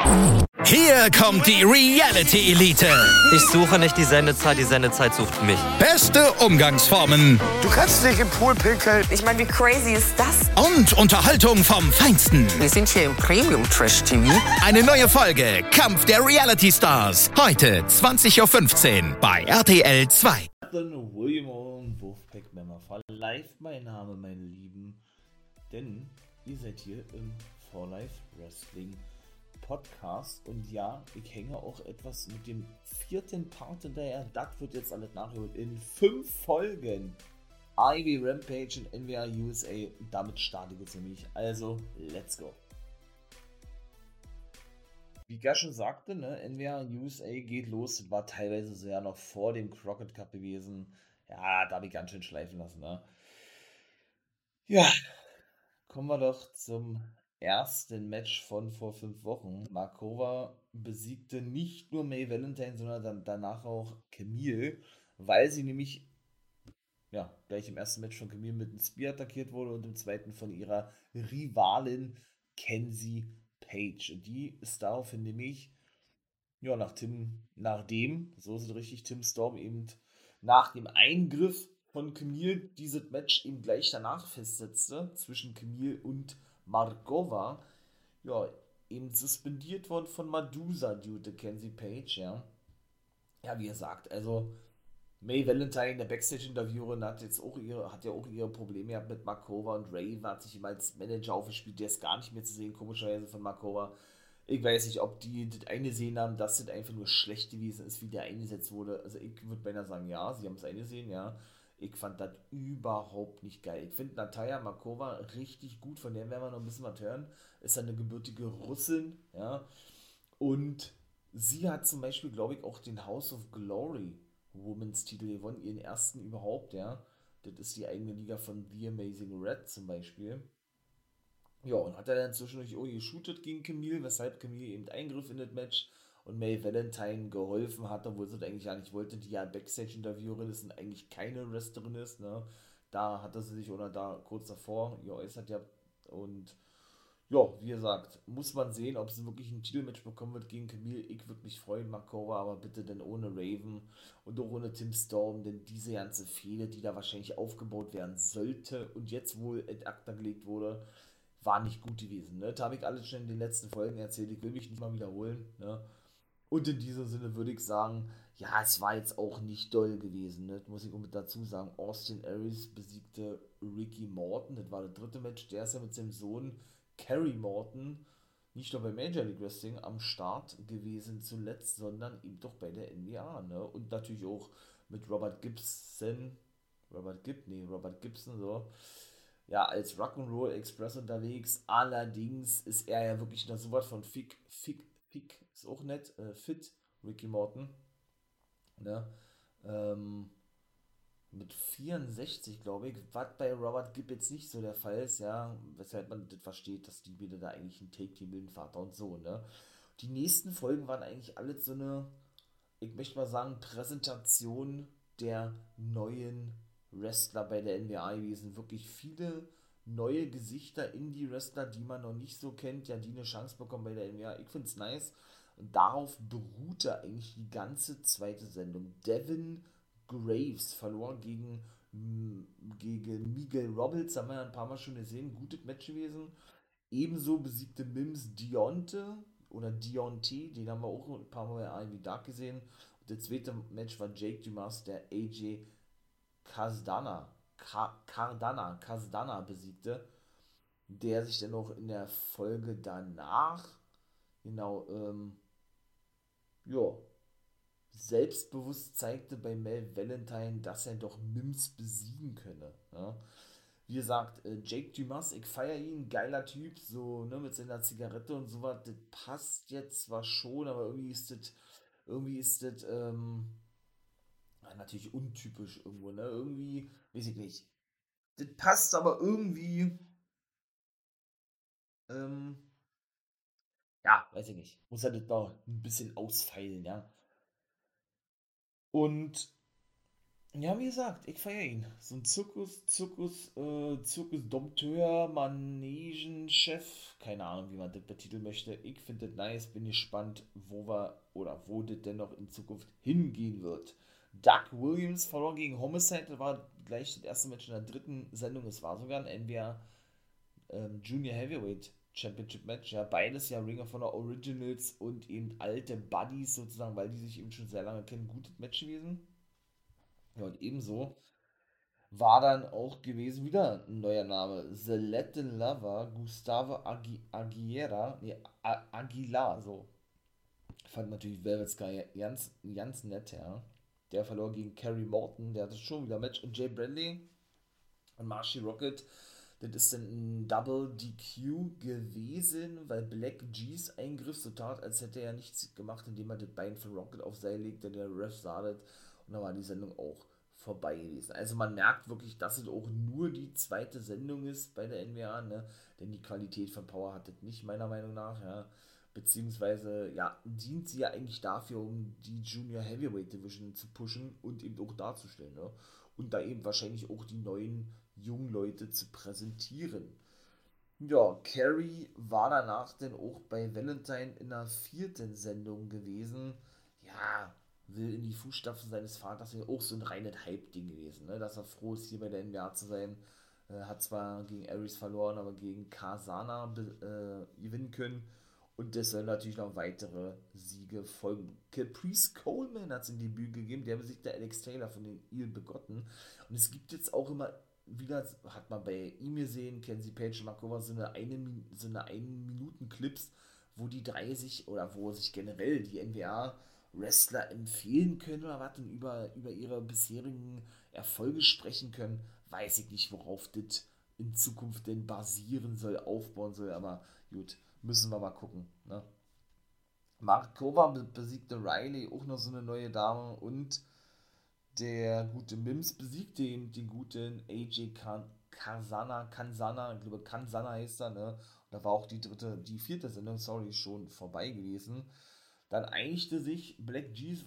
Hier kommt die Reality Elite. Ich suche nicht die Sendezeit sucht mich. Beste Umgangsformen. Du kannst nicht im Pool pinkeln. Ich meine, wie crazy ist das? Und Unterhaltung vom Feinsten. Wir sind hier im Premium-Trash-TV. Eine neue Folge Kampf der Reality Stars. Heute 20.15 Uhr bei RTL 2. William und Wolfpack Member for Life, mein Name, meine Lieben. Denn ihr seid hier im For Life Wrestling Podcast und ja, ich hänge auch etwas mit dem 4. Part hinterher. Das wird jetzt alles nachgeholt in 5 Folgen. Ivy Rampage und NWA USA. Damit starte ich jetzt nämlich. Also, let's go. Wie ich ja schon sagte, ne, NWA USA geht los. Das war teilweise so ja noch vor dem Crockett Cup gewesen. Ja, da habe ich ganz schön schleifen lassen. Ne? Ja, kommen wir doch zum ersten Match von vor 5 Wochen. Markova besiegte nicht nur May Valentine, sondern dann danach auch Camille, weil sie nämlich ja gleich im ersten Match von Camille mit einem Spear attackiert wurde und im zweiten von ihrer Rivalin Kenzie Page. Und die ist daraufhin nämlich ja nachdem, so ist es richtig, Tim Storm eben nach dem Eingriff von Camille dieses Match eben gleich danach festsetzte zwischen Camille und Markova, ja, eben suspendiert worden von Madusa due to Kenzie Page, ja. Ja, wie gesagt, also May Valentine, der Backstage-Interviewerin, hat ja auch ihre Probleme gehabt mit Markova und Raven hat sich ihm als Manager aufgespielt, der ist gar nicht mehr zu sehen, komischerweise von Markova. Ich weiß nicht, ob die das eingesehen haben, dass das einfach nur schlecht gewesen ist, wie der eingesetzt wurde. Also ich würde beinahe sagen, ja, sie haben es eingesehen, ja. Ich fand das überhaupt nicht geil. Ich finde Natalia Markova richtig gut, von der werden wir noch ein bisschen was hören. Ist eine gebürtige Russin, ja. Und sie hat zum Beispiel, glaube ich, auch den House of Glory Women's Titel gewonnen, ihren ersten überhaupt, ja. Das ist die eigene Liga von The Amazing Red zum Beispiel. Ja, und hat er dann zwischendurch geshootet gegen Camille, weshalb Camille eben Eingriff in das Match und May Valentine geholfen hat, obwohl sie das eigentlich gar nicht wollte, die ja Backstage-Interviewerin ist und eigentlich keine Wrestlerin ist, ne. Da hatte sie sich oder da kurz davor geäußert, ja, und ja, wie gesagt, muss man sehen, ob sie wirklich ein Titelmatch bekommen wird gegen Camille. Ich würde mich freuen, Markova, aber bitte dann ohne Raven und auch ohne Tim Storm, denn diese ganze Fehde, die da wahrscheinlich aufgebaut werden sollte und jetzt wohl ad acta gelegt wurde, war nicht gut gewesen. Ne? Da habe ich alles schon in den letzten Folgen erzählt, ich will mich nicht mal wiederholen. Ne? Und in diesem Sinne würde ich sagen, ja, es war jetzt auch nicht doll gewesen. Ne? Das muss ich mit dazu sagen. Austin Aries besiegte Ricky Morton, das war das 3. Match, der ist ja mit seinem Sohn Kerry Morton nicht nur bei Major League Wrestling am Start gewesen zuletzt, sondern eben doch bei der NWA, ne? Und natürlich auch mit Robert Gibson, so, ja, als Rock'n'Roll Express unterwegs. Allerdings ist er ja wirklich noch sowas von Fick, ist auch nett, fit, Ricky Morton, ne? Mit 64, glaube ich, was bei Robert Gibb jetzt nicht so der Fall ist, ja, weshalb man das versteht, dass die wieder da eigentlich ein Take-Team bilden, Vater und so, ne. Die nächsten Folgen waren eigentlich alles so eine, ich möchte mal sagen, Präsentation der neuen Wrestler bei der NWA gewesen. Wirklich viele neue Gesichter, Indie-Wrestler, die man noch nicht so kennt, ja, die eine Chance bekommen bei der NWA. Ich finde es nice. Und darauf beruhte eigentlich die ganze zweite Sendung. Devin Graves verlor gegen Miguel Robles, haben wir ja ein paar Mal schon gesehen, gutes Match gewesen. Ebenso besiegte Mims Dionte oder Dionte, den haben wir auch ein paar Mal bei Ivy Dark gesehen. Und das zweite Match war Jake Dumas, der AJ Cardana besiegte, der sich dann auch in der Folge danach selbstbewusst zeigte bei Mel Valentine, dass er doch Mims besiegen könne. Ja. Wie gesagt, Jake Dumas, ich feiere ihn, geiler Typ, so, ne, mit seiner Zigarette und sowas, das passt jetzt zwar schon, aber irgendwie ist das, natürlich untypisch irgendwo, ne, irgendwie, weiß ich nicht, das passt aber irgendwie, ja, weiß ich nicht, muss er das noch ein bisschen ausfeilen, ja. Und Ja, wie gesagt, ich feiere ihn. So ein Zirkus-Dompteur, Manegenchef, keine Ahnung, wie man das betiteln möchte. Ich finde das nice, bin gespannt, wo das denn noch in Zukunft hingehen wird. Doug Williams verlor gegen Homicide, das war gleich das erste Match in der dritten Sendung. Es war sogar ein NWA Junior Heavyweight Championship Match. Ja, beides ja Ring of Honor Originals und eben alte Buddies sozusagen, weil die sich eben schon sehr lange kennen. Gutes Match gewesen. Ja, und ebenso war dann auch gewesen wieder ein neuer Name. The Latin Lover, Gustavo Aguilera, nee, Aguilar, so. Fand natürlich Velvet Sky ganz nett, ja. Der verlor gegen Kerry Morton, der hatte schon wieder ein Match. Und Jay Bradley und Marshy Rocket, das ist dann ein Double DQ gewesen, weil Black G's Eingriff so tat, als hätte er nichts gemacht, indem er das Bein von Rocket auf Seil legte, der Ref sah das und da war die Sendung auch vorbei gewesen. Also man merkt wirklich, dass es auch nur die zweite Sendung ist bei der NWA, ne? Denn die Qualität von Power hat das nicht, meiner Meinung nach, ja. Beziehungsweise, ja, dient sie ja eigentlich dafür, um die Junior Heavyweight Division zu pushen und eben auch darzustellen, ne? Und da eben wahrscheinlich auch die neuen jungen Leute zu präsentieren. Ja, Carrie war danach dann auch bei Valentine in der vierten Sendung gewesen. Ja, will in die Fußstapfen seines Vaters, auch so ein reines Hype-Ding gewesen, ne? Dass er froh ist, hier bei der NBA zu sein. Hat zwar gegen Aries verloren, aber gegen Kasana gewinnen können. Und das sollen natürlich noch weitere Siege folgen. Caprice Coleman hat sein Debüt gegeben, der besiegte Alex Taylor von den Il Begotten. Und es gibt jetzt auch immer wieder, hat man bei ihm gesehen, Kenzie Page und Markova, so eine 1-Minuten-Clips, wo die 30 oder wo sich generell die NWA-Wrestler empfehlen können oder was und über ihre bisherigen Erfolge sprechen können. Weiß ich nicht, worauf das in Zukunft denn basieren soll, aufbauen soll, aber gut, müssen wir mal gucken. Ne? Markova besiegte Riley, auch noch so eine neue Dame, und der gute Mims besiegte den guten AJ Kansana, ich glaube Kansana heißt er, ne? Und da war auch die vierte Sendung, sorry, schon vorbei gewesen. Dann einigte sich Black G's,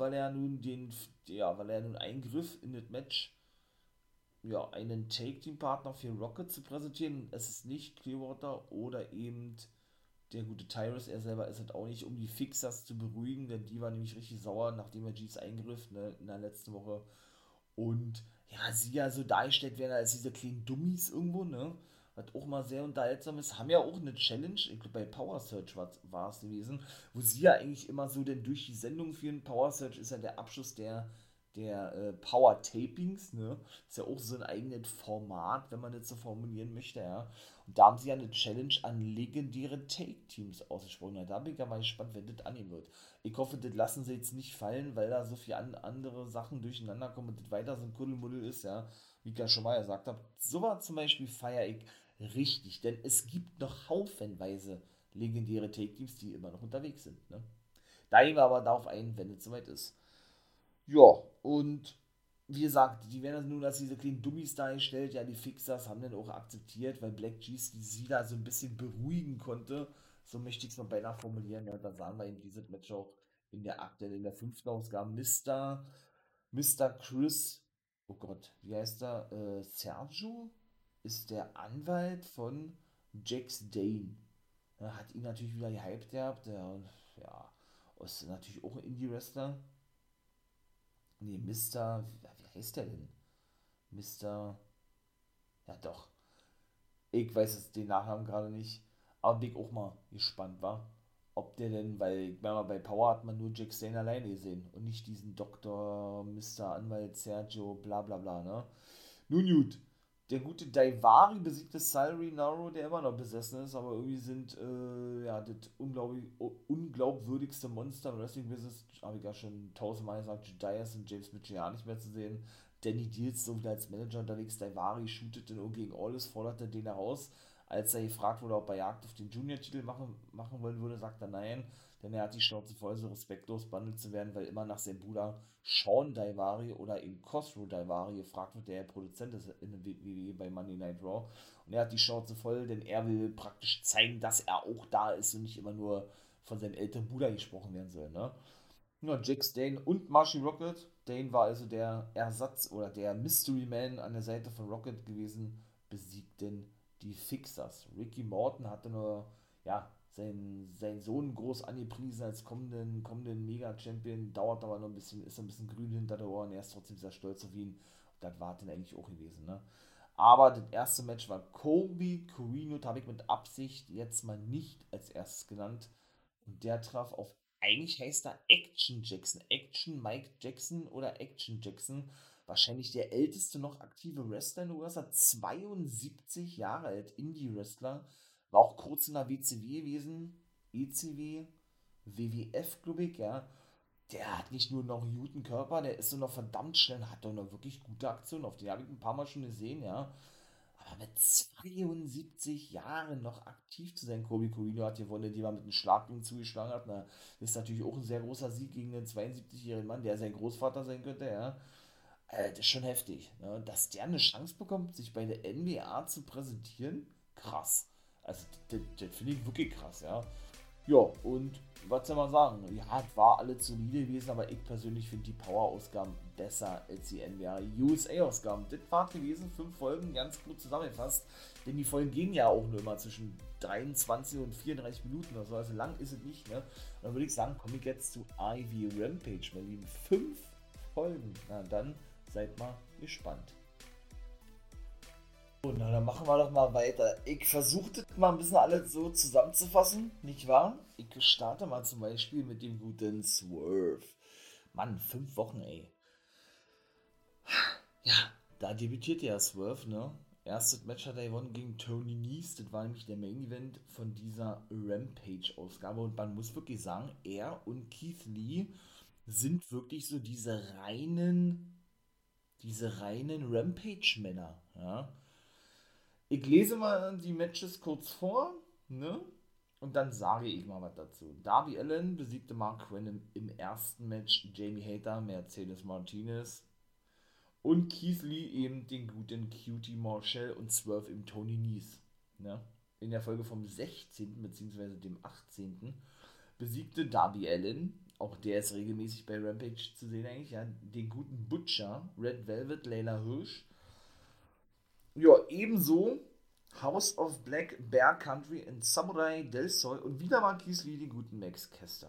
weil er nun eingriff in das Match, ja, einen Take-Team-Partner für Rocket zu präsentieren. Es ist nicht Clearwater oder eben der gute Tyrus, er selber ist halt auch nicht, um die Fixers zu beruhigen, denn die war nämlich richtig sauer, nachdem er G's eingriff, ne, in der letzten Woche. Und ja, sie ja so dargestellt werden als diese kleinen Dummies irgendwo, ne? Was auch mal sehr unterhaltsam ist, haben ja auch eine Challenge, ich glaube bei Power Search war es gewesen, wo sie ja eigentlich immer so denn durch die Sendung führen. Power Search ist ja der Abschluss der Power Tapings, ne? Ist ja auch so ein eigenes Format, wenn man das so formulieren möchte, ja. Und da haben sie ja eine Challenge an legendäre Take-Teams ausgesprochen. Ja, da bin ich ja mal gespannt, wenn das annehmen wird. Ich hoffe, das lassen sie jetzt nicht fallen, weil da so viele andere Sachen durcheinander kommen und das weiter so ein Kuddelmuddel ist, ja. Wie ich ja schon mal gesagt habe. Sowas zum Beispiel feiere ich richtig, denn es gibt noch haufenweise legendäre Take-Teams, die immer noch unterwegs sind, ne? Da gehen wir aber darauf ein, wenn es soweit ist. Ja, und wie gesagt, die werden nun als diese kleinen Dummies dargestellt. Ja, die Fixers haben dann auch akzeptiert, weil Black G's sie da so ein bisschen beruhigen konnte. So möchte ich es mal beinahe formulieren. Ja, da sahen wir in diesem Match auch in der fünften Ausgabe Mr. Chris, oh Gott, wie heißt er? Sergio ist der Anwalt von Jax Dane. Er hat ihn natürlich wieder gehypt gehabt. Ja, ist natürlich auch ein Indie-Wrestler. Nee, wie heißt der denn? Mister, ja doch, ich weiß es den Nachnamen gerade nicht, aber bin ich auch mal gespannt war, ob der denn, weil ich meine mal, bei Power hat man nur Jack Stane alleine gesehen und nicht diesen Doktor, Mister Anwalt Sergio, bla bla bla, ne? Nun gut, der gute Daivari besiegte Salary Naro, der immer noch besessen ist, aber irgendwie sind, ja, das unglaubwürdigste Monster im Wrestling-Business, habe ich ja schon tausendmal gesagt, Judas und James Mitchell ja nicht mehr zu sehen. Danny Deals so wieder als Manager unterwegs, Daivari shootet dann gegen Alles, forderte den heraus. Als er gefragt wurde, ob er Jagd auf den Junior-Titel machen wollen würde, sagt er nein, denn er hat die Schnauze voll, so respektlos behandelt zu werden, weil immer nach seinem Bruder Sean Daivari oder eben Khosrow Daivari gefragt wird, der ja Produzent ist in der WWE bei Monday Night Raw. Und er hat die Schnauze voll, denn er will praktisch zeigen, dass er auch da ist und nicht immer nur von seinem älteren Bruder gesprochen werden soll, ne? Ja, Jax Dane und Marshy Rockett. Dane war also der Ersatz oder der Mystery Man an der Seite von Rockett gewesen, besiegten die Fixers. Ricky Morton hatte nur, ja, sein Sohn groß angepriesen als kommenden Mega-Champion, dauert aber noch ein bisschen, ist ein bisschen grün hinter der Ohren, er ist trotzdem sehr stolz auf ihn. Und das war dann eigentlich auch gewesen, ne? Aber das erste Match war Colby Corino, das habe ich mit Absicht jetzt mal nicht als erstes genannt. Und der traf auf, eigentlich heißt er Action Jackson. Action Mike Jackson oder Action Jackson. Wahrscheinlich der älteste noch aktive Wrestler in den USA. 72 Jahre alt, Indie-Wrestler. War auch kurz in der WCW gewesen. ECW, WWF, glaube ich, ja. Der hat nicht nur noch einen guten Körper, der ist so noch verdammt schnell, hat doch noch wirklich gute Aktionen. Auf den habe ich ein paar Mal schon gesehen, ja. Aber mit 72 Jahren noch aktiv zu sein, Kobe Corino hat gewonnen, indem er mit einem Schlag gegen zugeschlagen hat. Na, das ist natürlich auch ein sehr großer Sieg gegen einen 72-jährigen Mann, der sein Großvater sein könnte, ja. Das ist schon heftig. Ne? Dass der eine Chance bekommt, sich bei der NBA zu präsentieren, krass. Also, das finde ich wirklich krass, ja. Ja, und was soll man sagen? Ja, es war alles solide gewesen, aber ich persönlich finde die Power-Ausgaben besser als die NBA USA-Ausgaben. Das war gewesen, 5 Folgen, ganz gut zusammengefasst. Denn die Folgen gehen ja auch nur immer zwischen 23 und 34 Minuten oder so, also lang ist es nicht, ne? Und dann würde ich sagen, komme ich jetzt zu Ivy Rampage, meine Lieben. 5 Folgen. Na dann, seid mal gespannt. So, na, dann machen wir doch mal weiter. Ich versuche das mal ein bisschen alles so zusammenzufassen, nicht wahr? Ich starte mal zum Beispiel mit dem guten Swerve. Mann, 5 Wochen, ey. Ja, da debütierte ja Swerve, ne? Erstes Match hat er gewonnen gegen Tony Nese. Das war nämlich der Main Event von dieser Rampage-Ausgabe. Und man muss wirklich sagen, er und Keith Lee sind wirklich so diese reinen Rampage-Männer, ja? Ich lese mal die Matches kurz vor, ne? Und dann sage ich mal was dazu. Darby Allin besiegte Mark Quinn im ersten Match, Jamie Hayter, Mercedes Martinez und Keith Lee eben den guten QT Marshall und Swerve im Tony Nese, ne? In der Folge vom 16. bzw. dem 18. besiegte Darby Allin, auch der ist regelmäßig bei Rampage zu sehen eigentlich, ja, den guten Butcher, Red Velvet, Layla Hirsch. Ja, ebenso House of Black, Bear Country in Samurai del Sol und wieder mal Keith Lee, den guten Max Caster.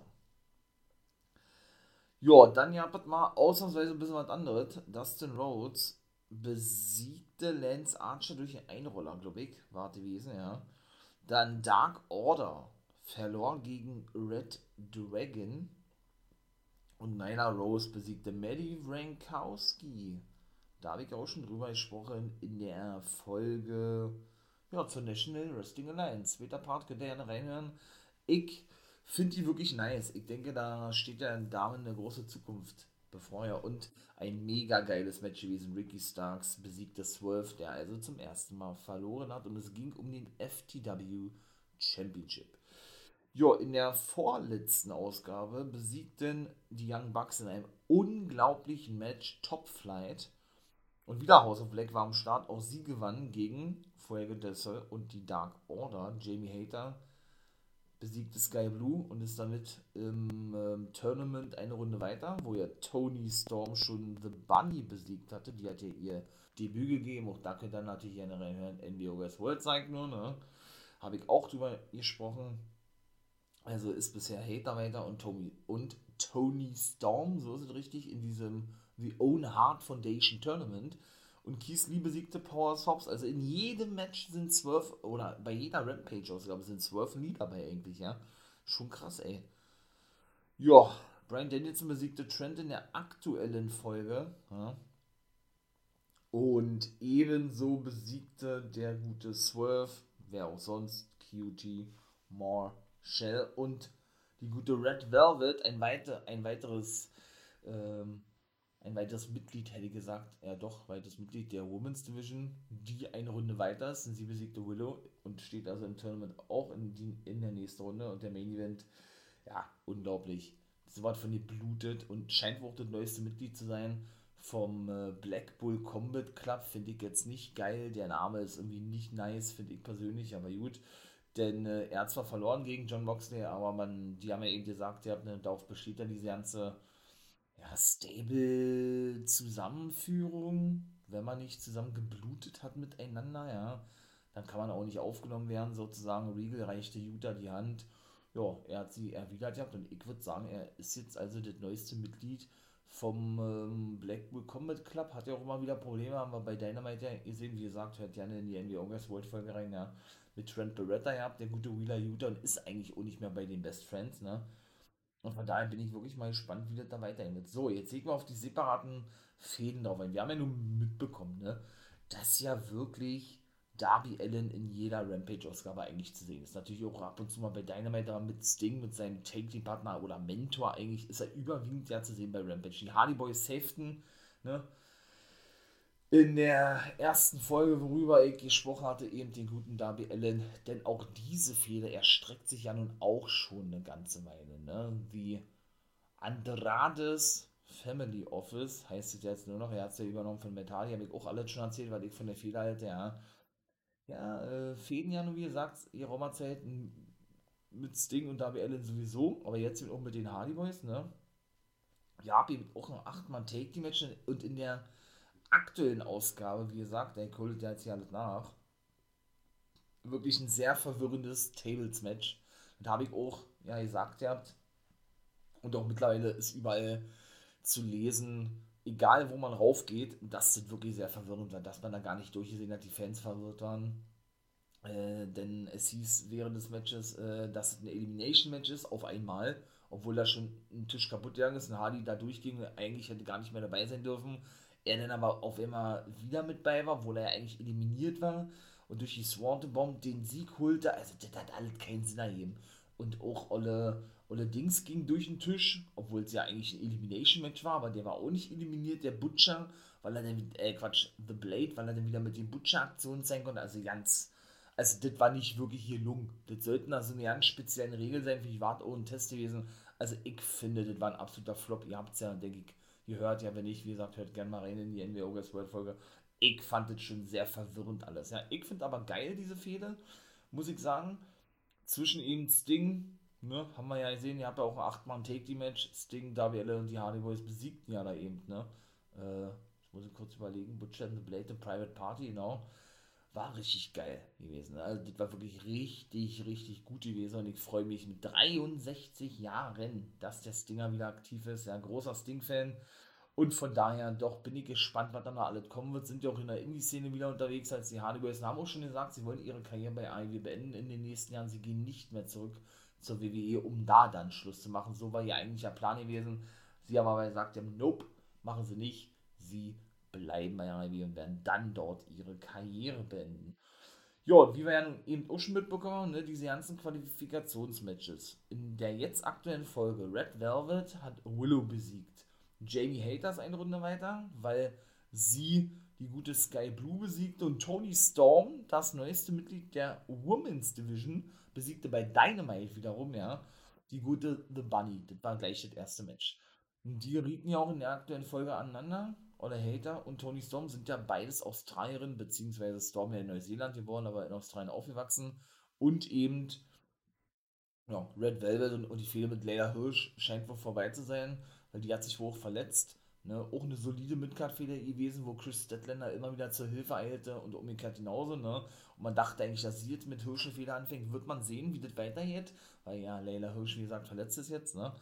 Ja, dann ja, mal ausnahmsweise ein bisschen was anderes. Dustin Rhodes besiegte Lance Archer durch einen Einroller, glaube ich, war gewesen, ja. Dann Dark Order verlor gegen Red Dragon und Nyla Rose besiegte Maddie Wrenkowski. Da habe ich auch schon drüber gesprochen in der Folge, ja, zur National Wrestling Alliance. Zweiter Part, könnt ihr gerne reinhören. Ich finde die wirklich nice. Ich denke, da steht ja den Damen eine große Zukunft bevor, ja. Und ein mega geiles Match gewesen. Ricky Starks besiegte Swerve, der also zum ersten Mal verloren hat. Und es ging um den FTW Championship. Ja, in der vorletzten Ausgabe besiegten die Young Bucks in einem unglaublichen Match Top Flight. Und wieder House of Black war am Start. Auch sie gewannen gegen Fuego del Sol und die Dark Order. Jamie Hayter besiegte Sky Blue und ist damit im Tournament eine Runde weiter, wo ja Toni Storm schon The Bunny besiegt hatte. Die hat ja ihr Debüt gegeben. Auch da könnt ihr natürlich gerne reinhören. NWO Guys World zeigt nur, ne? Habe ich auch drüber gesprochen. Also ist bisher Hayter weiter und Toni Storm, so ist es richtig, in diesem The Own Heart Foundation Tournament. Und Keith Lee besiegte Power Hobbs. Also in jedem Match sind 12, oder bei jeder Rampage-Ausgabe sind 12 Lied dabei eigentlich, ja. Schon krass, ey. Ja, Bryan Danielson besiegte Trent in der aktuellen Folge. Ja. Und ebenso besiegte der gute Swerve, wer auch sonst, QT Marshall und die gute Red Velvet, ein weiteres Mitglied, hätte ich gesagt, weiteres Mitglied der Women's Division, die eine Runde weiter ist. Und sie besiegte Willow und steht also im Tournament auch in der nächsten Runde. Und der Main Event, ja, unglaublich. So was von ihr blutet und scheint wohl auch das neueste Mitglied zu sein vom Black Bull Combat Club. Finde ich jetzt nicht geil. Der Name ist irgendwie nicht nice, finde ich persönlich, aber gut. Denn er hat zwar verloren gegen Jon Moxley, aber die haben ja eben gesagt, darauf besteht ja diese ganze Stable-Zusammenführung, wenn man nicht zusammen geblutet hat miteinander, ja, dann kann man auch nicht aufgenommen werden, sozusagen. Regal reichte Utah die Hand, ja, er hat sie erwidert gehabt und ich würde sagen, er ist jetzt also das neueste Mitglied vom Blackpool Combat Club, hat ja auch immer wieder Probleme, haben wir bei Dynamite ja gesehen, wie gesagt, hört gerne in die NBA August World Folge rein, ja, mit Trent Beretta gehabt, der gute Wheeler Utah und ist eigentlich auch nicht mehr bei den Best Friends, ne. Und von daher bin ich wirklich mal gespannt, wie das da weitergehen wird. So, jetzt sehen wir auf die separaten Fäden drauf ein. Wir haben ja nun mitbekommen, ne, dass ja wirklich Darby Allin in jeder Rampage-Ausgabe eigentlich zu sehen ist. Natürlich auch ab und zu mal bei Dynamite, aber mit Sting, mit seinem Take-Team-Partner oder Mentor eigentlich, ist er überwiegend ja zu sehen bei Rampage. Die Hardy Boys safeten, ne, in der ersten Folge, worüber ich gesprochen hatte, eben den guten Darby Allin, denn auch diese Fehde erstreckt sich ja nun auch schon eine ganze Weile, ne? Die Andrades Family Office heißt es jetzt nur noch, er hat es ja übernommen von Metal, habe ich auch alles schon erzählt, weil ich von der Fehde halte, ja. Ja, Fäden ja nur, wie gesagt, ihre Roma-Zeit mit Sting und Darby Allin sowieso, aber jetzt eben auch mit den Hardy Boys, ne? Ja, eben auch noch 8-Mann-Take-Team-Match und in der aktuellen Ausgabe, wie gesagt, der holt ja jetzt hier alles nach, wirklich ein sehr verwirrendes Tables-Match. Da habe ich auch, ja, gesagt, ihr habt, und auch mittlerweile ist überall zu lesen, egal wo man raufgeht, dass das wirklich sehr verwirrend war, dass man da gar nicht durchgesehen hat, die Fans verwirrt waren. Denn es hieß während des Matches, dass es ein Elimination-Match ist, auf einmal, obwohl da schon ein Tisch kaputt gegangen ist und Hardy da durchging, eigentlich hätte gar nicht mehr dabei sein dürfen. Er dann aber auf einmal wieder mit bei war, obwohl er ja eigentlich eliminiert war und durch die Swanton Bomb den Sieg holte. Also das hat alles keinen Sinn ergeben. Und auch Olle Dings ging durch den Tisch, obwohl es ja eigentlich ein Elimination-Match war, aber der war auch nicht eliminiert, der Butcher, weil er dann, The Blade, weil er dann wieder mit den Butcher-Aktionen sein konnte. Also das war nicht wirklich gelungen. Das sollten also eine ganz spezielle Regel sein, für die war auch ein Test gewesen. Also ich finde, das war ein absoluter Flop. Ihr habt es ja, denke ich, gehört. Ja, wenn nicht, wie gesagt, hört gerne mal rein in die NBA August World Folge. Ich fand das schon sehr verwirrend alles. Ja, ich finde aber geil, diese Fehde, muss ich sagen. Zwischen eben Sting, ne, haben wir ja gesehen, ihr habt ja auch ein 8-Mann-Take-Team-Match. Sting, Darby Allin und die Hardy Boys besiegten ja da eben, ne. Ich muss kurz überlegen, Butcher and the Blade, the Private Party, genau. War richtig geil gewesen. Also das war wirklich richtig, richtig gut gewesen und ich freue mich mit 63 Jahren, dass der Stinger wieder aktiv ist. Ja, großer Sting-Fan und von daher doch bin ich gespannt, was da noch alles kommen wird. Sind ja auch in der Indie-Szene wieder unterwegs, als die Hardy Boys haben auch schon gesagt, sie wollen ihre Karriere bei AEW beenden in den nächsten Jahren. Sie gehen nicht mehr zurück zur WWE, um da dann Schluss zu machen. So war ja eigentlich der Plan gewesen. Sie haben aber gesagt, nope, machen sie nicht. Sie bleiben bei AEW und werden dann dort ihre Karriere beenden. Ja, und wie wir ja eben auch schon mitbekommen haben, ne, diese ganzen Qualifikationsmatches. In der jetzt aktuellen Folge, Red Velvet hat Willow besiegt. Jamie Hayter ist eine Runde weiter, weil sie die gute Sky Blue besiegte und Toni Storm, das neueste Mitglied der Women's Division, besiegte bei Dynamite wiederum, ja, die gute The Bunny. Das war gleich das erste Match. Und die gerieten ja auch in der aktuellen Folge aneinander. Olle Hater und Toni Storm sind ja beides Australierinnen, beziehungsweise Storm ja in Neuseeland geboren, aber in Australien aufgewachsen. Und eben, ja, Red Velvet und die Fehde mit Layla Hirsch scheint wohl vorbei zu sein, weil die hat sich wohl auch verletzt. Ne? Auch eine solide Midcard-Fehde gewesen, wo Chris Statlander immer wieder zur Hilfe eilte und umgekehrt genauso. Ne? Und man dachte eigentlich, dass sie jetzt mit Hirsch eine Fehde anfängt. Wird man sehen, wie das weitergeht, weil ja, Layla Hirsch, wie gesagt, verletzt ist jetzt. Ne?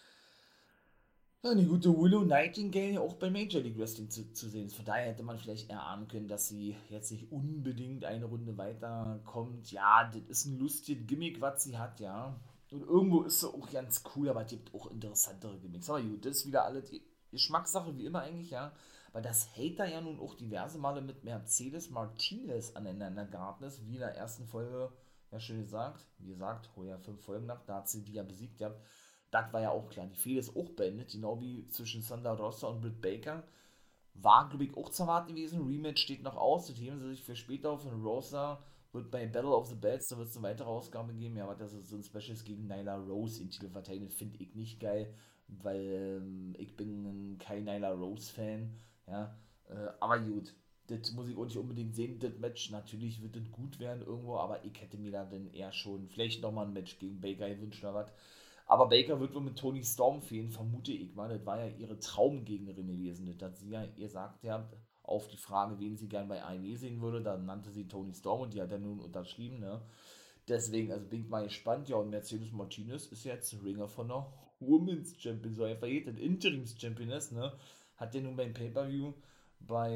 Ja, die gute Willow Nightingale auch bei Major League Wrestling zu sehen ist. Von daher hätte man vielleicht erahnen können, dass sie jetzt nicht unbedingt eine Runde weiterkommt. Ja, das ist ein lustiges Gimmick, was sie hat, ja. Und irgendwo ist sie auch ganz cool, aber es gibt auch interessantere Gimmicks. Aber gut, das ist wieder alles Geschmackssache, wie immer eigentlich, ja. Aber das Hater ja nun auch diverse Male mit Mercedes Martinez aneinander geraten ist, wie in der ersten Folge, ja schön gesagt, wie gesagt, hol ja 5 Folgen nach, da hat sie die ja besiegt, ja. Das war ja auch klar. Die Fehde ist auch beendet, genau wie zwischen Thunder Rosa und Britt Baker. War, glaube ich, auch zu erwarten gewesen. Rematch steht noch aus. Das heben sie sich für später auf. Und Rosa wird bei Battle of the Belts, da wird es eine weitere Ausgabe geben. Ja, aber das ist so ein Specials gegen Nyla Rose in Titel verteidigen. Finde ich nicht geil, weil ich bin kein Nyla Rose-Fan. Ja, aber gut. das muss ich auch nicht unbedingt sehen, das Match. Natürlich wird das gut werden irgendwo, aber ich hätte mir da dann eher schon vielleicht nochmal ein Match gegen Baker gewünscht oder was. Aber Baker wird wohl mit Toni Storm fehlen, vermute ich mal. Das war ja ihre Traumgegnerin gewesen. Das hat sie ja, ihr sagt ja, auf die Frage, wen sie gern bei AEW sehen würde, dann nannte sie Toni Storm und die hat er nun unterschrieben, ne? Deswegen, also bin ich mal gespannt. Ja, und Mercedes Martinez ist jetzt Ringer von der Women's Champion, so einfach geht, Interims-Championess, ne? Hat der nun beim Pay-Per-View bei,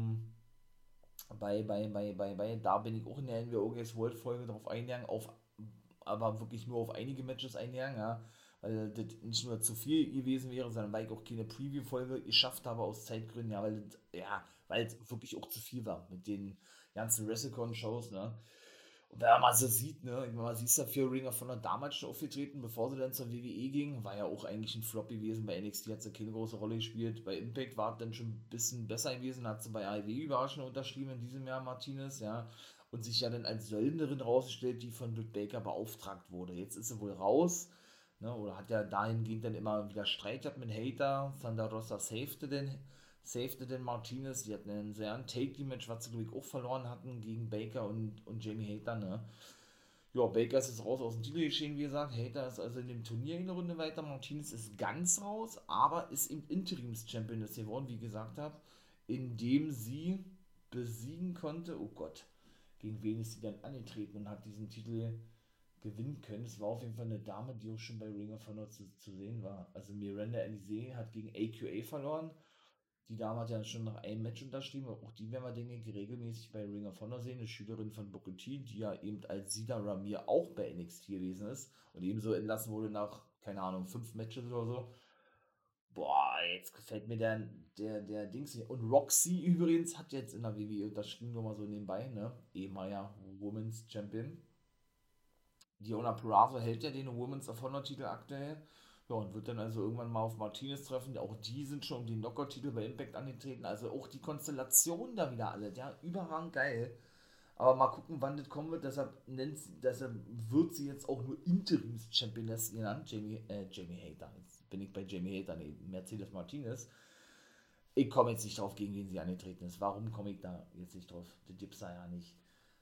da bin ich auch in der NWO Guess World Folge drauf eingegangen, aber wirklich nur auf einige Matches eingegangen, ja, weil das nicht nur zu viel gewesen wäre, sondern weil ich auch keine Preview-Folge geschafft habe aus Zeitgründen, ja, weil es wirklich auch zu viel war mit den ganzen WrestleCon-Shows, ne. Und wenn man mal so sieht, ne, ich meine, man sieht ja für Ring of Honor damals schon aufgetreten, bevor sie dann zur WWE ging, war ja auch eigentlich ein Flop gewesen, bei NXT hat sie keine große Rolle gespielt, bei Impact war es dann schon ein bisschen besser gewesen, hat sie bei AEW überraschend unterschrieben in diesem Jahr, Martinez, ja, und sich ja dann als Söldnerin rausgestellt, die von Britt Baker beauftragt wurde. Jetzt ist sie wohl raus, ne, oder hat ja dahingehend dann immer wieder Streit gehabt mit Hater, Thunder Rosa safete den Martinez, die hatten einen sehr Take-Team-Match, was sie, glaube ich, auch verloren hatten gegen Baker und Jamie Hater, ne. Ja, Baker ist jetzt raus aus dem Titelgeschehen, wie gesagt. Hater ist also in dem Turnier eine Runde weiter. Martinez ist ganz raus, aber ist eben Interims-Champion geworden, wie gesagt habe, indem sie besiegen konnte. Oh Gott, gegen wen ist sie dann angetreten und hat diesen Titel gewinnen können. Es war auf jeden Fall eine Dame, die auch schon bei Ring of Honor zu sehen war. Also Miranda Alizé hat gegen AQA verloren. Die Dame hat ja schon nach einem Match unterschrieben, auch die werden wir, denke ich, regelmäßig bei Ring of Honor sehen. Eine Schülerin von Booker T, die ja eben als Sida Ramir auch bei NXT gewesen ist und ebenso entlassen wurde nach, keine Ahnung, 5 Matches oder so. Boah, jetzt gefällt mir der Dings nicht. Und Roxy übrigens hat jetzt in der WWE unterschrieben, nur mal so nebenbei, ne? Ehemaliger Women's Champion. Diona Purrazzo hält ja den Women's of Honor Titel aktuell. Ja, und wird dann also irgendwann mal auf Martinez treffen. Auch die sind schon um den Knockout-Titel bei Impact angetreten. Also auch die Konstellation da wieder alle. Ja, überragend geil. Aber mal gucken, wann das kommen wird. Deshalb wird sie jetzt auch nur Interims-Championess genannt. Jamie Hater. Jetzt bin ich bei Jamie Hater, nee, Mercedes Martinez. Ich komme jetzt nicht drauf, gegen wen sie angetreten ist. Warum komme ich da jetzt nicht drauf? Das gibt's da ja nicht.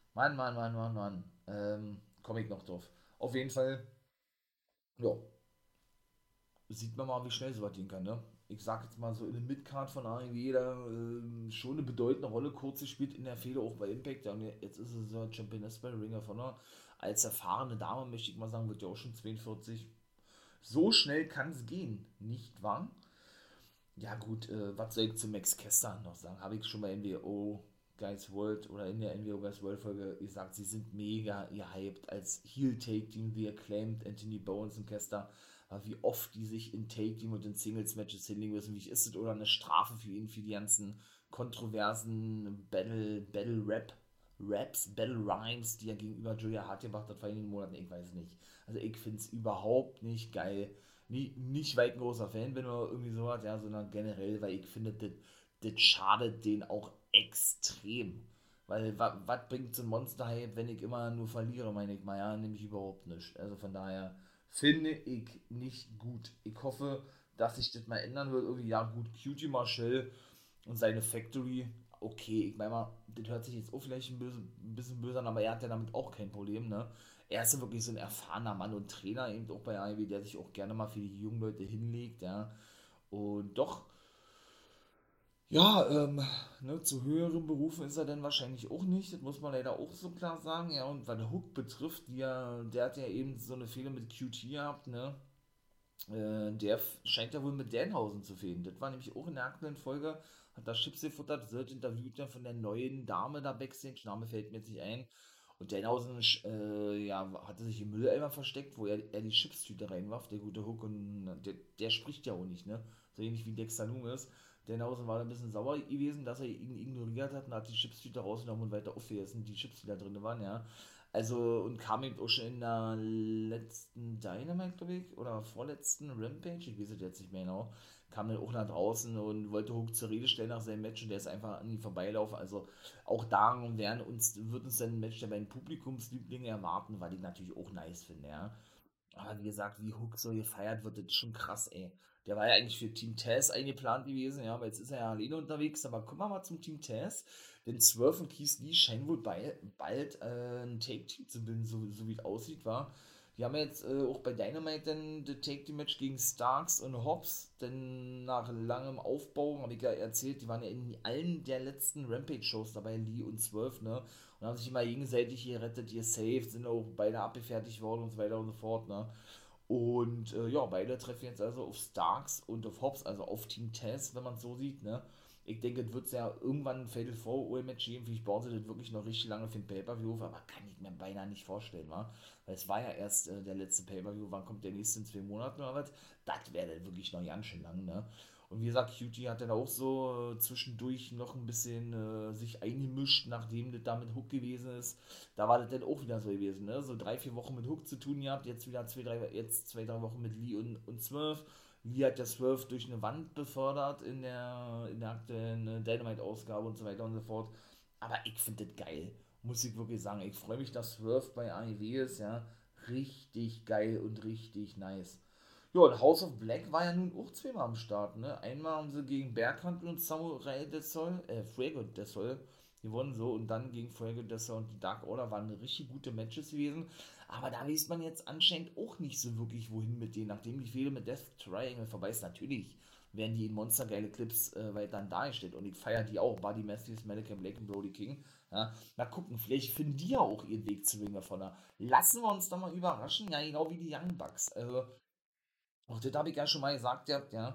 Mann. Komme ich noch drauf. Auf jeden Fall, ja, sieht man mal, wie schnell sowas gehen kann, ne? Ich sag jetzt mal so, in der Midcard von AEW, da schon eine bedeutende Rolle kurz gespielt in der Fehde, auch bei Impact. Ja, und jetzt ist sie so Championess bei Ring of Honor. Als erfahrene Dame, möchte ich mal sagen, wird ja auch schon 42. So schnell kann es gehen, nicht wahr? Ja gut, was soll ich zu Max Kester noch sagen? Habe ich schon bei NWO Guys World oder in der NWO Guys World Folge gesagt, sie sind mega gehypt als Heel-Take-Team, wie acclaimed Anthony Bowens und Kester. Aber wie oft die sich in Take-Team und in Singles-Matches hinlegen müssen, wie ist es, oder eine Strafe für ihn, für die ganzen kontroversen Battle Rhymes, die er gegenüber Julia Hart gemacht hat vor einigen Monaten, ich weiß nicht. Also ich finde es überhaupt nicht geil. Nicht, weil ich ein großer Fan bin oder irgendwie sowas, ja, sondern generell, weil ich finde, das schadet denen auch extrem. Weil, was bringt so ein Monster-Hype, wenn ich immer nur verliere, meine ich mal, ja, nämlich überhaupt nicht. Also von daher finde ich nicht gut. Ich hoffe, dass sich das mal ändern wird. Irgendwie, ja gut, Cutie Marshall und seine Factory, okay, ich meine mal, das hört sich jetzt auch vielleicht ein bisschen böse an, aber er hat ja damit auch kein Problem, ne? Er ist ja wirklich so ein erfahrener Mann und Trainer, eben auch bei AEW, der sich auch gerne mal für die jungen Leute hinlegt, ja. Und doch, ja, ne, zu höheren Berufen ist er dann wahrscheinlich auch nicht, das muss man leider auch so klar sagen, ja, und was Hook betrifft, der hat ja eben so eine Fehler mit QT gehabt, ne, der scheint ja wohl mit Danhausen zu fehlen, das war nämlich auch in der aktuellen Folge, hat da Chips gefuttert, wird interviewt ja von der neuen Dame da Backstage, Name fällt mir jetzt nicht ein, und Danhausen, ja, hatte sich im Mülleimer versteckt, wo er die Chipstüte reinwarf, der gute Hook, und der spricht ja auch nicht, ne, so ähnlich wie Dexter Lumis. Denhausen war ein bisschen sauer gewesen, dass er ihn ignoriert hat und hat die Chipstüte rausgenommen und weiter aufgegessen, die Chips, die da drin waren, ja. Also, und kam eben auch schon in der letzten Dynamite, glaube ich, oder vorletzten Rampage, ich weiß es jetzt nicht mehr genau, kam dann auch nach draußen und wollte Hook zur Rede stellen nach seinem Match und der ist einfach an ihm vorbeilaufen. Also, auch da wird uns dann ein Match der beiden Publikumslieblingen erwarten, weil ich natürlich auch nice finde, ja. Aber wie gesagt, wie Hook so gefeiert wird, das ist schon krass, ey. Der war ja eigentlich für Team Taz eingeplant gewesen, ja, aber jetzt ist er ja alleine unterwegs. Aber kommen wir mal zum Team Taz. Denn Swerve und Keith Lee scheinen wohl bald ein Take-Team zu bilden, so wie es aussieht, war. Die haben ja jetzt auch bei Dynamite dann das Take-Team-Match gegen Starks und Hobbs. Denn nach langem Aufbau, habe ich ja erzählt, die waren ja in allen der letzten Rampage-Shows dabei, Lee und Swerve, ne? Und haben sich immer gegenseitig gerettet, gesaved, sind auch beide abgefertigt worden und so weiter und so fort, ne? Und ja, beide treffen jetzt also auf Starks und auf Hobbs, also auf Team Taz, wenn man es so sieht, ne? Ich denke, es wird ja irgendwann ein Fatal 4 Match geben. Vielleicht bauen sie das wirklich noch richtig lange für den Pay-Per-View auf, aber kann ich mir beinahe nicht vorstellen, wa? Weil es war ja erst der letzte Pay-Per-View, wann kommt der nächste in 2 Monaten oder was? Das wäre dann wirklich noch ganz schön lang, ne? Und wie gesagt, QT hat dann auch so zwischendurch noch ein bisschen sich eingemischt, nachdem das da mit Hook gewesen ist. Da war das dann auch wieder so gewesen, ne? So 3, 4 Wochen mit Hook zu tun gehabt, jetzt wieder 2, 3 Wochen mit Lee und Swerve. Lee hat der Swerve durch eine Wand befördert in der aktuellen Dynamite-Ausgabe und so weiter und so fort. Aber ich finde das geil, muss ich wirklich sagen. Ich freue mich, dass Swerve bei AEW ist, ja. Richtig geil und richtig nice. Ja, und House of Black war ja nun auch zweimal am Start, ne? Einmal haben sie gegen Berghandel und Samurai del Sol, Fuego del Sol gewonnen so und dann gegen Fuego del Sol und die Dark Order waren richtig gute Matches gewesen. Aber da weiß man jetzt anscheinend auch nicht so wirklich, wohin mit denen. Nachdem die Fehde mit Death Triangle vorbei ist, natürlich werden die in monstergeile Clips weiter dargestellt und ich feiere die auch. Buddy Matthews, Malcolm Blake und Brody King. Ja, mal gucken, vielleicht finden die ja auch ihren Weg zu Ring of Honor. Lassen wir uns doch mal überraschen, ja, genau wie die Young Bucks. Also, auch das habe ich ja schon mal gesagt, ja,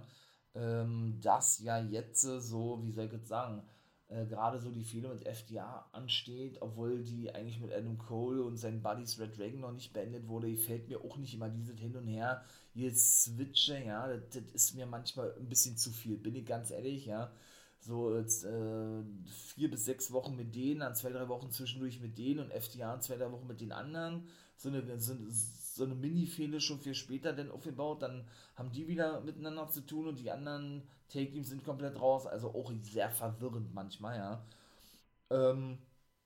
dass ja jetzt so, wie soll ich das sagen, gerade so die Fehde mit FDA ansteht, obwohl die eigentlich mit Adam Cole und seinen Buddies Red Dragon noch nicht beendet wurde, gefällt mir auch nicht immer dieses Hin und Her, jetzt Switche, ja, das ist mir manchmal ein bisschen zu viel, bin ich ganz ehrlich, ja. So jetzt 4 bis 6 Wochen mit denen, dann 2, 3 Wochen zwischendurch mit denen und FDA 2, 3 Wochen mit den anderen. So eine Mini-Fehde schon viel später dann aufgebaut, dann haben die wieder miteinander zu tun und die anderen Take-Teams sind komplett raus, also auch sehr verwirrend manchmal, ja. Ähm,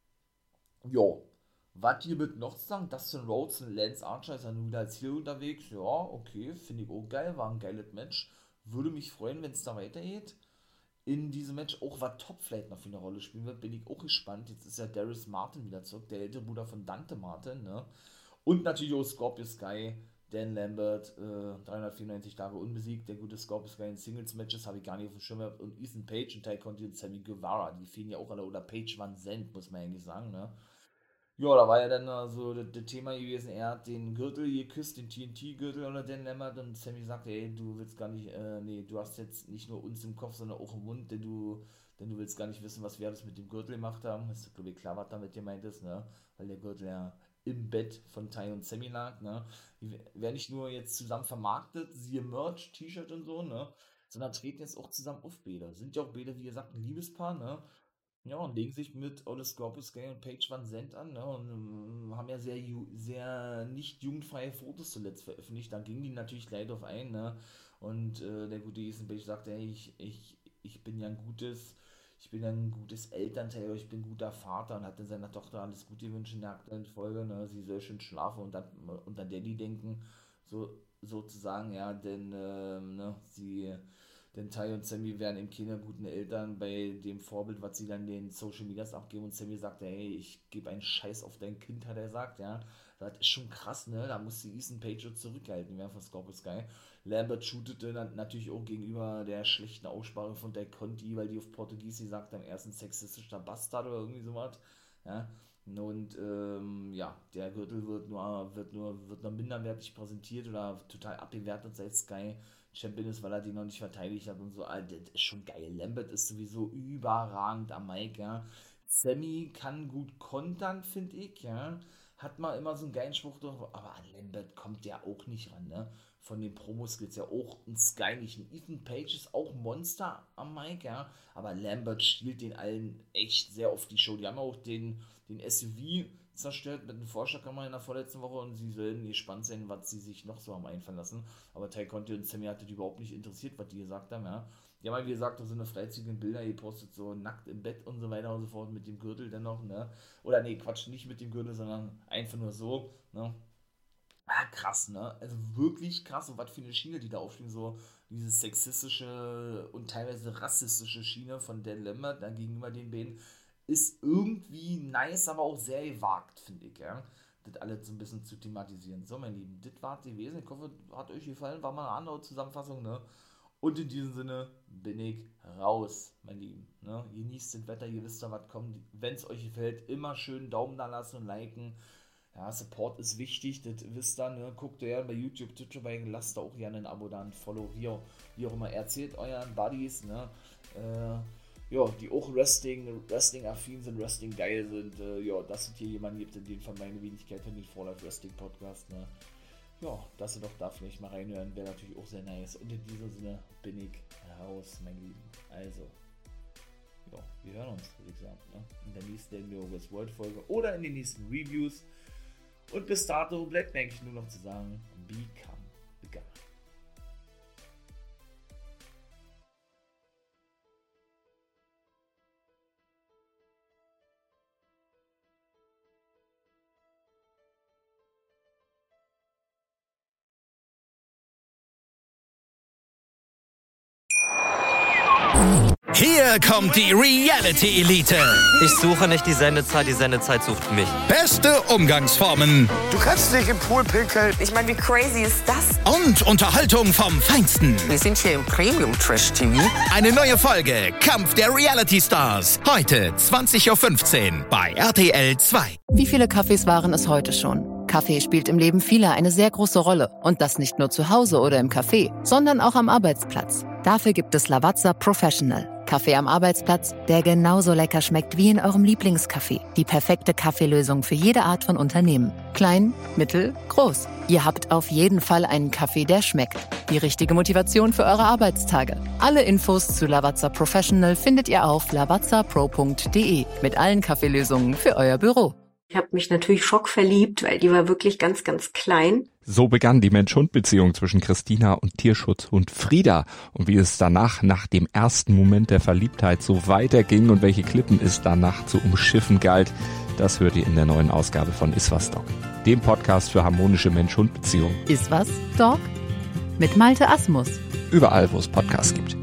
jo. Was hier wird noch zu sagen? Dustin Rhodes und Lance Archer ist ja nun wieder als hier unterwegs. Ja, okay, finde ich auch geil, war ein geiles Match. Würde mich freuen, wenn es da weitergeht. In diesem Match auch was Top vielleicht noch für eine Rolle spielen wird, bin ich auch gespannt. Jetzt ist ja Darius Martin wieder zurück, der ältere Bruder von Dante Martin, ne? Und natürlich auch Scorpio Sky, Dan Lambert, 394 Tage unbesiegt, der gute Scorpio Sky in Singles-Matches habe ich gar nicht auf dem Schirm gehabt. Und Ethan Page und Ty Conti und Sammy Guevara, die fehlen ja auch alle, oder Page Van Zandt, muss man eigentlich sagen, ne? Ja, da war ja dann so das Thema gewesen, er hat den Gürtel geküsst, den TNT-Gürtel oder Dan Lambert und Sammy sagte, ey, du willst gar nicht, nee, du hast jetzt nicht nur uns im Kopf, sondern auch im Mund, denn du willst gar nicht wissen, was wir alles mit dem Gürtel gemacht haben. Das ist, glaube ich, klar, was damit gemeint ist, ne? Weil der Gürtel ja im Bett von Ty und Sammy lag, ne? Die werden nicht nur jetzt zusammen vermarktet, siehe Merch, T-Shirt und so, ne? Sondern treten jetzt auch zusammen auf Bäder. Sind ja auch Bäder, wie gesagt, ein Liebespaar, ne? Ja, und legen sich mit Ole Scorpio Sky und Paige Van Zandt an, ne? Und haben ja sehr nicht jugendfreie Fotos zuletzt veröffentlicht. Da gingen die natürlich gleich drauf ein, ne? Und der gute Ethan Page sagte, hey, ich bin ja ein gutes Elternteil, oder ich bin ein guter Vater und hat dann seiner Tochter alles Gute gewünscht in der aktuellen Folge, ne? Sie soll schön schlafen und an Daddy denken, sozusagen, ja, denn ne, denn Ty und Sammy wären eben keine guten Eltern bei dem Vorbild, was sie dann den Social Medias abgeben. Und Sammy sagt, hey, ich gebe einen Scheiß auf dein Kind, hat er gesagt, ja. Das ist schon krass, ne? Da musste Ethan Page schon zurückgehalten werden von Scorpio Sky. Lambert shootete dann natürlich auch gegenüber der schlechten Aussprache von der Conti, weil die auf Portugies gesagt haben, er ist ein sexistischer Bastard oder irgendwie sowas. Ja. Und ja, der Gürtel wird nur minderwertig präsentiert oder total abgewertet seit Sky Champion ist, weil er den noch nicht verteidigt hat und so. Alter, das ist schon geil. Lambert ist sowieso überragend am Mic, ja. Sammy kann gut kontern, finde ich, ja. Hat mal immer so einen geilen Spruch drauf, aber an Lambert kommt der auch nicht ran, ne? Von den Promos ja auch ein Sky nicht. Ein Ethan Page ist auch ein Monster am Mic, ja. Aber Lambert stiehlt den allen echt sehr auf die Show. Die haben auch den SUV zerstört mit einem Vorschlagkammer in der vorletzten Woche und sie sollen gespannt sein, was sie sich noch so haben einfallen lassen. Aber Ty Conti und Sammy hat das überhaupt nicht interessiert, was die gesagt haben, ja. Die haben halt, wie gesagt, so eine freizügigen Bilder gepostet, so nackt im Bett und so weiter und so fort, mit dem Gürtel dennoch, ne. Oder nee, Quatsch, nicht mit dem Gürtel, sondern einfach nur so, ne. krass, ne? Also wirklich krass. Und was für eine Schiene die da aufspielen, so diese sexistische und teilweise rassistische Schiene von Dan Lambert dann gegenüber den beiden ist irgendwie nice, aber auch sehr gewagt, finde ich, ja. Das alles so ein bisschen zu thematisieren. So, mein Lieben, das war es gewesen. Ich hoffe, hat euch gefallen. War mal eine andere Zusammenfassung, ne? Und in diesem Sinne bin ich raus, mein Lieben. Ne? Genießt das Wetter, ihr wisst ja, was kommt. Wenn es euch gefällt, immer schön Daumen da lassen und liken. Ja, Support ist wichtig, das wisst ihr, ne? Guckt ihr ja bei YouTube, Twitch, lasst da auch gerne ein Abo da, ein Follow, wie auch immer. Erzählt euren Buddies, ne? Die auch Wrestling-affin sind, Wrestling geil sind, dass es hier jemanden gibt, in den von meiner Wenigkeit in den For Life Wrestling Podcast, ne? Ja, dass ihr doch da vielleicht mal reinhören, wäre natürlich auch sehr nice. Und in diesem Sinne bin ich raus, mein Lieben. Also, ja, wir hören uns, würde ich sagen, ne? In der nächsten Daniel West World Folge oder in den nächsten Reviews. Und bis dato bleibt mir eigentlich nur noch zu sagen, become the guy. Hier kommt die Reality Elite. Ich suche nicht die Sendezeit sucht mich. Beste Umgangsformen Du kannst dich im Pool pinkeln. Ich meine, wie crazy ist das? und Unterhaltung vom Feinsten. Wir sind hier im Premium Trash TV. Eine neue Folge Kampf der Reality Stars. Heute 20.15 Uhr bei RTL 2. Wie viele Kaffees waren es heute schon? Kaffee spielt im Leben vieler eine sehr große Rolle. Und das nicht nur zu Hause oder im Café, sondern auch am Arbeitsplatz. Dafür gibt es Lavazza Professional. Kaffee am Arbeitsplatz, der genauso lecker schmeckt wie in eurem Lieblingscafé. Die perfekte Kaffeelösung für jede Art von Unternehmen. Klein, mittel, groß. Ihr habt auf jeden Fall einen Kaffee, der schmeckt. Die richtige Motivation für eure Arbeitstage. Alle Infos zu Lavazza Professional findet ihr auf lavazzapro.de mit allen Kaffeelösungen für euer Büro. Ich habe mich natürlich schockverliebt, weil die war wirklich ganz, ganz klein. So begann die Mensch-Hund-Beziehung zwischen Christina und Tierschutzhund Frieda. Und wie es danach, nach dem ersten Moment der Verliebtheit, so weiterging und welche Klippen es danach zu umschiffen galt, das hört ihr in der neuen Ausgabe von Iswas Dog, dem Podcast für harmonische Mensch-Hund-Beziehungen. Iswas Dog? Mit Malte Asmus. Überall, wo es Podcasts gibt.